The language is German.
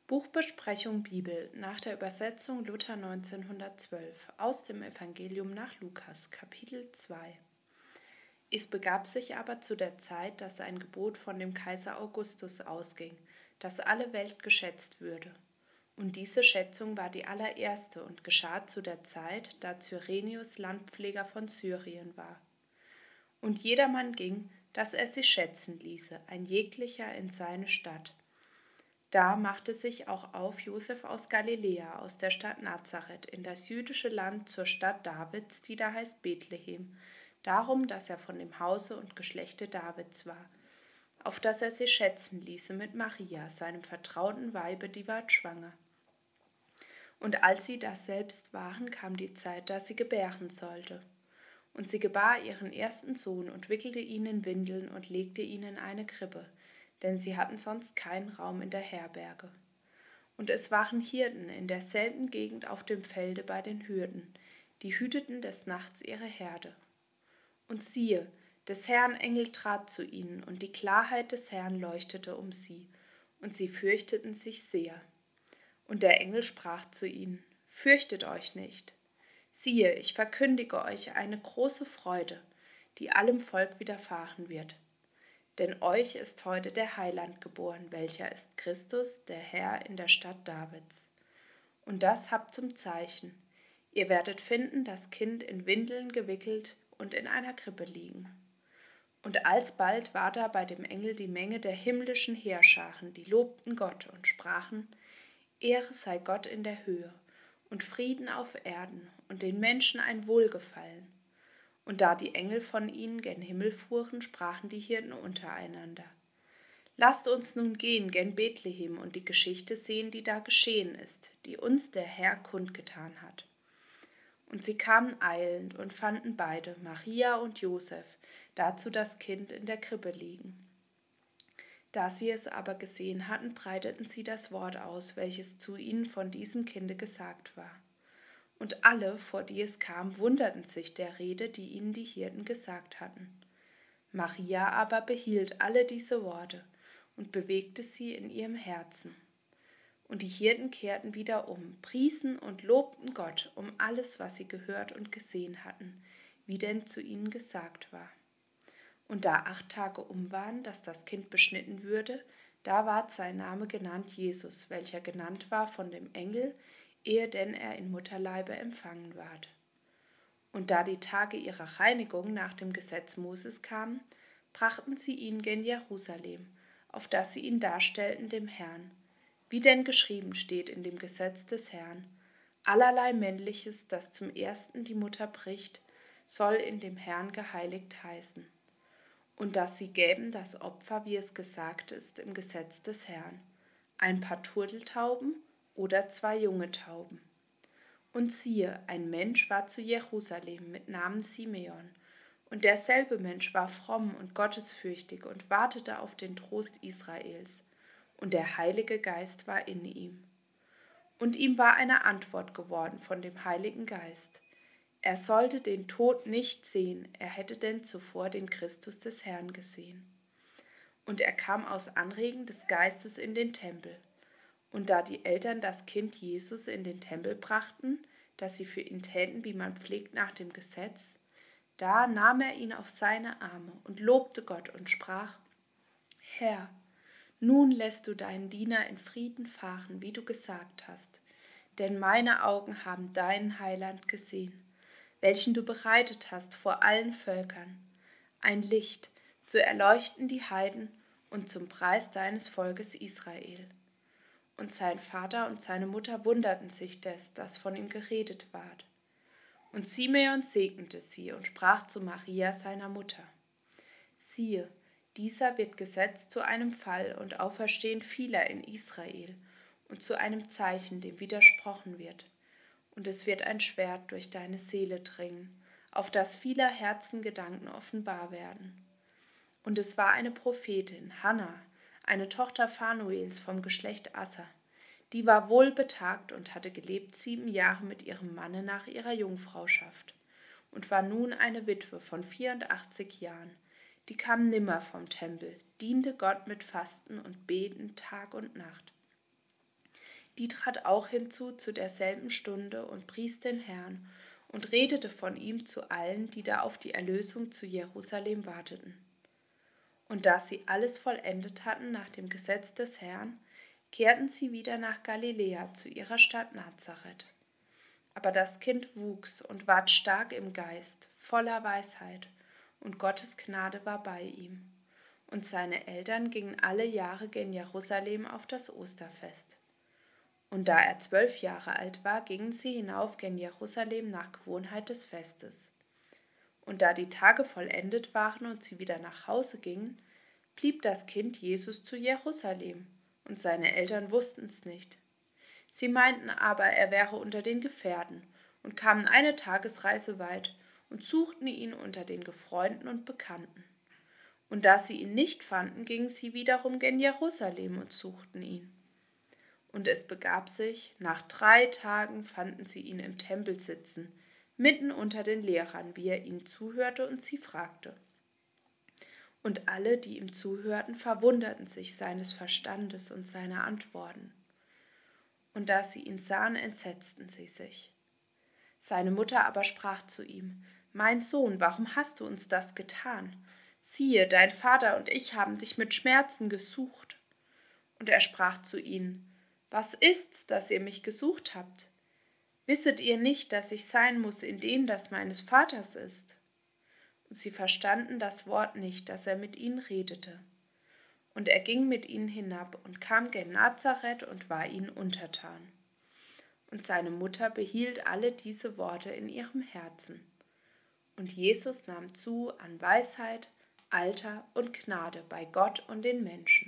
Buchbesprechung Bibel nach der Übersetzung Luther 1912 aus dem Evangelium nach Lukas, Kapitel 2. Es begab sich aber zu der Zeit, dass ein Gebot von dem Kaiser Augustus ausging, dass alle Welt geschätzt würde. Und diese Schätzung war die allererste und geschah zu der Zeit, da Cyrenius Landpfleger von Syrien war. Und jedermann ging, dass er sich schätzen ließe, ein jeglicher in seine Stadt. Da machte sich auch auf Josef aus Galiläa, aus der Stadt Nazareth, in das jüdische Land zur Stadt Davids, die da heißt Bethlehem, darum, dass er von dem Hause und Geschlechte Davids war, auf dass er sich schätzen ließe mit Maria, seinem vertrauten Weibe, die ward schwanger. Und als sie das selbst waren, kam die Zeit, da sie gebären sollte. Und sie gebar ihren ersten Sohn und wickelte ihn in Windeln und legte ihn in eine Krippe, denn sie hatten sonst keinen Raum in der Herberge. Und es waren Hirten in derselben Gegend auf dem Felde bei den Hürden, die hüteten des Nachts ihre Herde. Und siehe, des Herrn Engel trat zu ihnen, und die Klarheit des Herrn leuchtete um sie, und sie fürchteten sich sehr. Und der Engel sprach zu ihnen: Fürchtet euch nicht. Siehe, ich verkündige euch eine große Freude, die allem Volk widerfahren wird. Denn euch ist heute der Heiland geboren, welcher ist Christus, der Herr, in der Stadt Davids. Und das habt zum Zeichen: Ihr werdet finden das Kind in Windeln gewickelt und in einer Krippe liegen. Und alsbald war da bei dem Engel die Menge der himmlischen Heerscharen, die lobten Gott und sprachen: Ehre sei Gott in der Höhe und Frieden auf Erden und den Menschen ein Wohlgefallen. Und da die Engel von ihnen gen Himmel fuhren, sprachen die Hirten untereinander: Lasst uns nun gehen gen Bethlehem und die Geschichte sehen, die da geschehen ist, die uns der Herr kundgetan hat. Und sie kamen eilend und fanden beide, Maria und Josef, dazu das Kind in der Krippe liegen. Da sie es aber gesehen hatten, breiteten sie das Wort aus, welches zu ihnen von diesem Kinde gesagt war. Und alle, vor die es kam, wunderten sich der Rede, die ihnen die Hirten gesagt hatten. Maria aber behielt alle diese Worte und bewegte sie in ihrem Herzen. Und die Hirten kehrten wieder um, priesen und lobten Gott um alles, was sie gehört und gesehen hatten, wie denn zu ihnen gesagt war. Und da 8 Tage um waren, dass das Kind beschnitten würde, da ward sein Name genannt Jesus, welcher genannt war von dem Engel, ehe denn er in Mutterleibe empfangen ward. Und da die Tage ihrer Reinigung nach dem Gesetz Moses kamen, brachten sie ihn gen Jerusalem, auf dass sie ihn darstellten dem Herrn, wie denn geschrieben steht in dem Gesetz des Herrn: Allerlei Männliches, das zum ersten die Mutter bricht, soll in dem Herrn geheiligt heißen. Und dass sie gäben das Opfer, wie es gesagt ist im Gesetz des Herrn, ein paar Turteltauben oder 2 junge Tauben. Und siehe, ein Mensch war zu Jerusalem mit Namen Simeon, und derselbe Mensch war fromm und gottesfürchtig und wartete auf den Trost Israels, und der Heilige Geist war in ihm. Und ihm war eine Antwort geworden von dem Heiligen Geist: Er sollte den Tod nicht sehen, er hätte denn zuvor den Christus des Herrn gesehen. Und er kam aus Anregen des Geistes in den Tempel. Und da die Eltern das Kind Jesus in den Tempel brachten, dass sie für ihn täten, wie man pflegt nach dem Gesetz, da nahm er ihn auf seine Arme und lobte Gott und sprach: Herr, nun lässt du deinen Diener in Frieden fahren, wie du gesagt hast, denn meine Augen haben deinen Heiland gesehen, welchen du bereitet hast vor allen Völkern, ein Licht, zu erleuchten die Heiden und zum Preis deines Volkes Israel. Und sein Vater und seine Mutter wunderten sich des, das von ihm geredet ward. Und Simeon segnete sie und sprach zu Maria, seiner Mutter: Siehe, dieser wird gesetzt zu einem Fall und Auferstehen vieler in Israel und zu einem Zeichen, dem widersprochen wird. Und es wird ein Schwert durch deine Seele dringen, auf das vieler Herzen Gedanken offenbar werden. Und es war eine Prophetin, Hanna, eine Tochter Phanuels vom Geschlecht Asser, die war wohlbetagt und hatte gelebt 7 Jahre mit ihrem Manne nach ihrer Jungfrauschaft und war nun eine Witwe von 84 Jahren, die kam nimmer vom Tempel, diente Gott mit Fasten und Beten Tag und Nacht. Die trat auch hinzu zu derselben Stunde und pries den Herrn und redete von ihm zu allen, die da auf die Erlösung zu Jerusalem warteten. Und da sie alles vollendet hatten nach dem Gesetz des Herrn, kehrten sie wieder nach Galiläa zu ihrer Stadt Nazareth. Aber das Kind wuchs und ward stark im Geist, voller Weisheit, und Gottes Gnade war bei ihm. Und seine Eltern gingen alle Jahre gen Jerusalem auf das Osterfest. Und da er 12 Jahre alt war, gingen sie hinauf gen Jerusalem nach Gewohnheit des Festes. Und da die Tage vollendet waren und sie wieder nach Hause gingen, blieb das Kind Jesus zu Jerusalem, und seine Eltern wussten's nicht. Sie meinten aber, er wäre unter den Gefährten, und kamen eine Tagesreise weit und suchten ihn unter den Gefreunden und Bekannten. Und da sie ihn nicht fanden, gingen sie wiederum gen Jerusalem und suchten ihn. Und es begab sich, nach 3 Tagen fanden sie ihn im Tempel sitzen, mitten unter den Lehrern, wie er ihnen zuhörte und sie fragte. Und alle, die ihm zuhörten, verwunderten sich seines Verstandes und seiner Antworten. Und da sie ihn sahen, entsetzten sie sich. Seine Mutter aber sprach zu ihm: Mein Sohn, warum hast du uns das getan? Siehe, dein Vater und ich haben dich mit Schmerzen gesucht. Und er sprach zu ihnen: Was ist's, dass ihr mich gesucht habt? Wisset ihr nicht, dass ich sein muss in dem, das meines Vaters ist? Und sie verstanden das Wort nicht, das er mit ihnen redete. Und er ging mit ihnen hinab und kam gen Nazareth und war ihnen untertan. Und seine Mutter behielt alle diese Worte in ihrem Herzen. Und Jesus nahm zu an Weisheit, Alter und Gnade bei Gott und den Menschen.